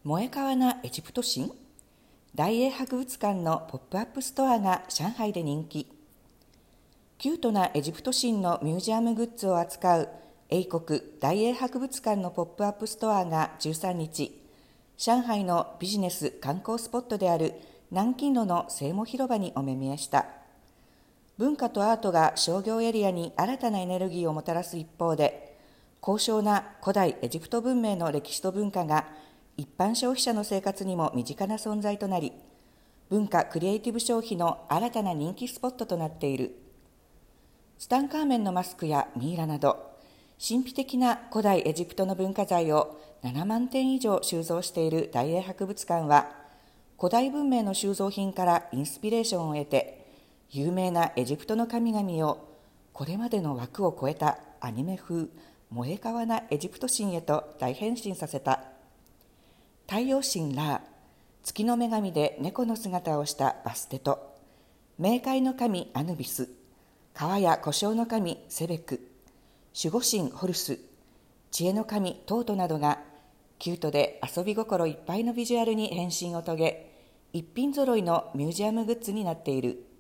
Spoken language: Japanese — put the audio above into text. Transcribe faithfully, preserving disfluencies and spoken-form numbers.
燃え川なエジプト神？大英博物館のポップアップストアが上海で人気。キュートなエジプト神のミュージアムグッズを扱う英国大英博物館のポップアップストアがじゅうさんにち、上海のビジネス観光スポットである南京路の聖母広場にお目見えした。文化とアートが商業エリアに新たなエネルギーをもたらす一方で、高尚な古代エジプト文明の歴史と文化が一般消費者の生活にも身近な存在となり、文化クリエイティブ消費の新たな人気スポットとなっている。ツタンカーメンのマスクやミイラなど、神秘的な古代エジプトの文化財をななまんてん以上収蔵している大英博物館は、古代文明の収蔵品からインスピレーションを得て、有名なエジプトの神々をこれまでの枠を超えたアニメ風燃え川なエジプト神へと大変身させた。太陽神ラー、月の女神で猫の姿をしたバステト、冥界の神アヌビス、川や故障の神セベク、守護神ホルス、知恵の神トートなどがキュートで遊び心いっぱいのビジュアルに変身を遂げ、一品揃いのミュージアムグッズになっている。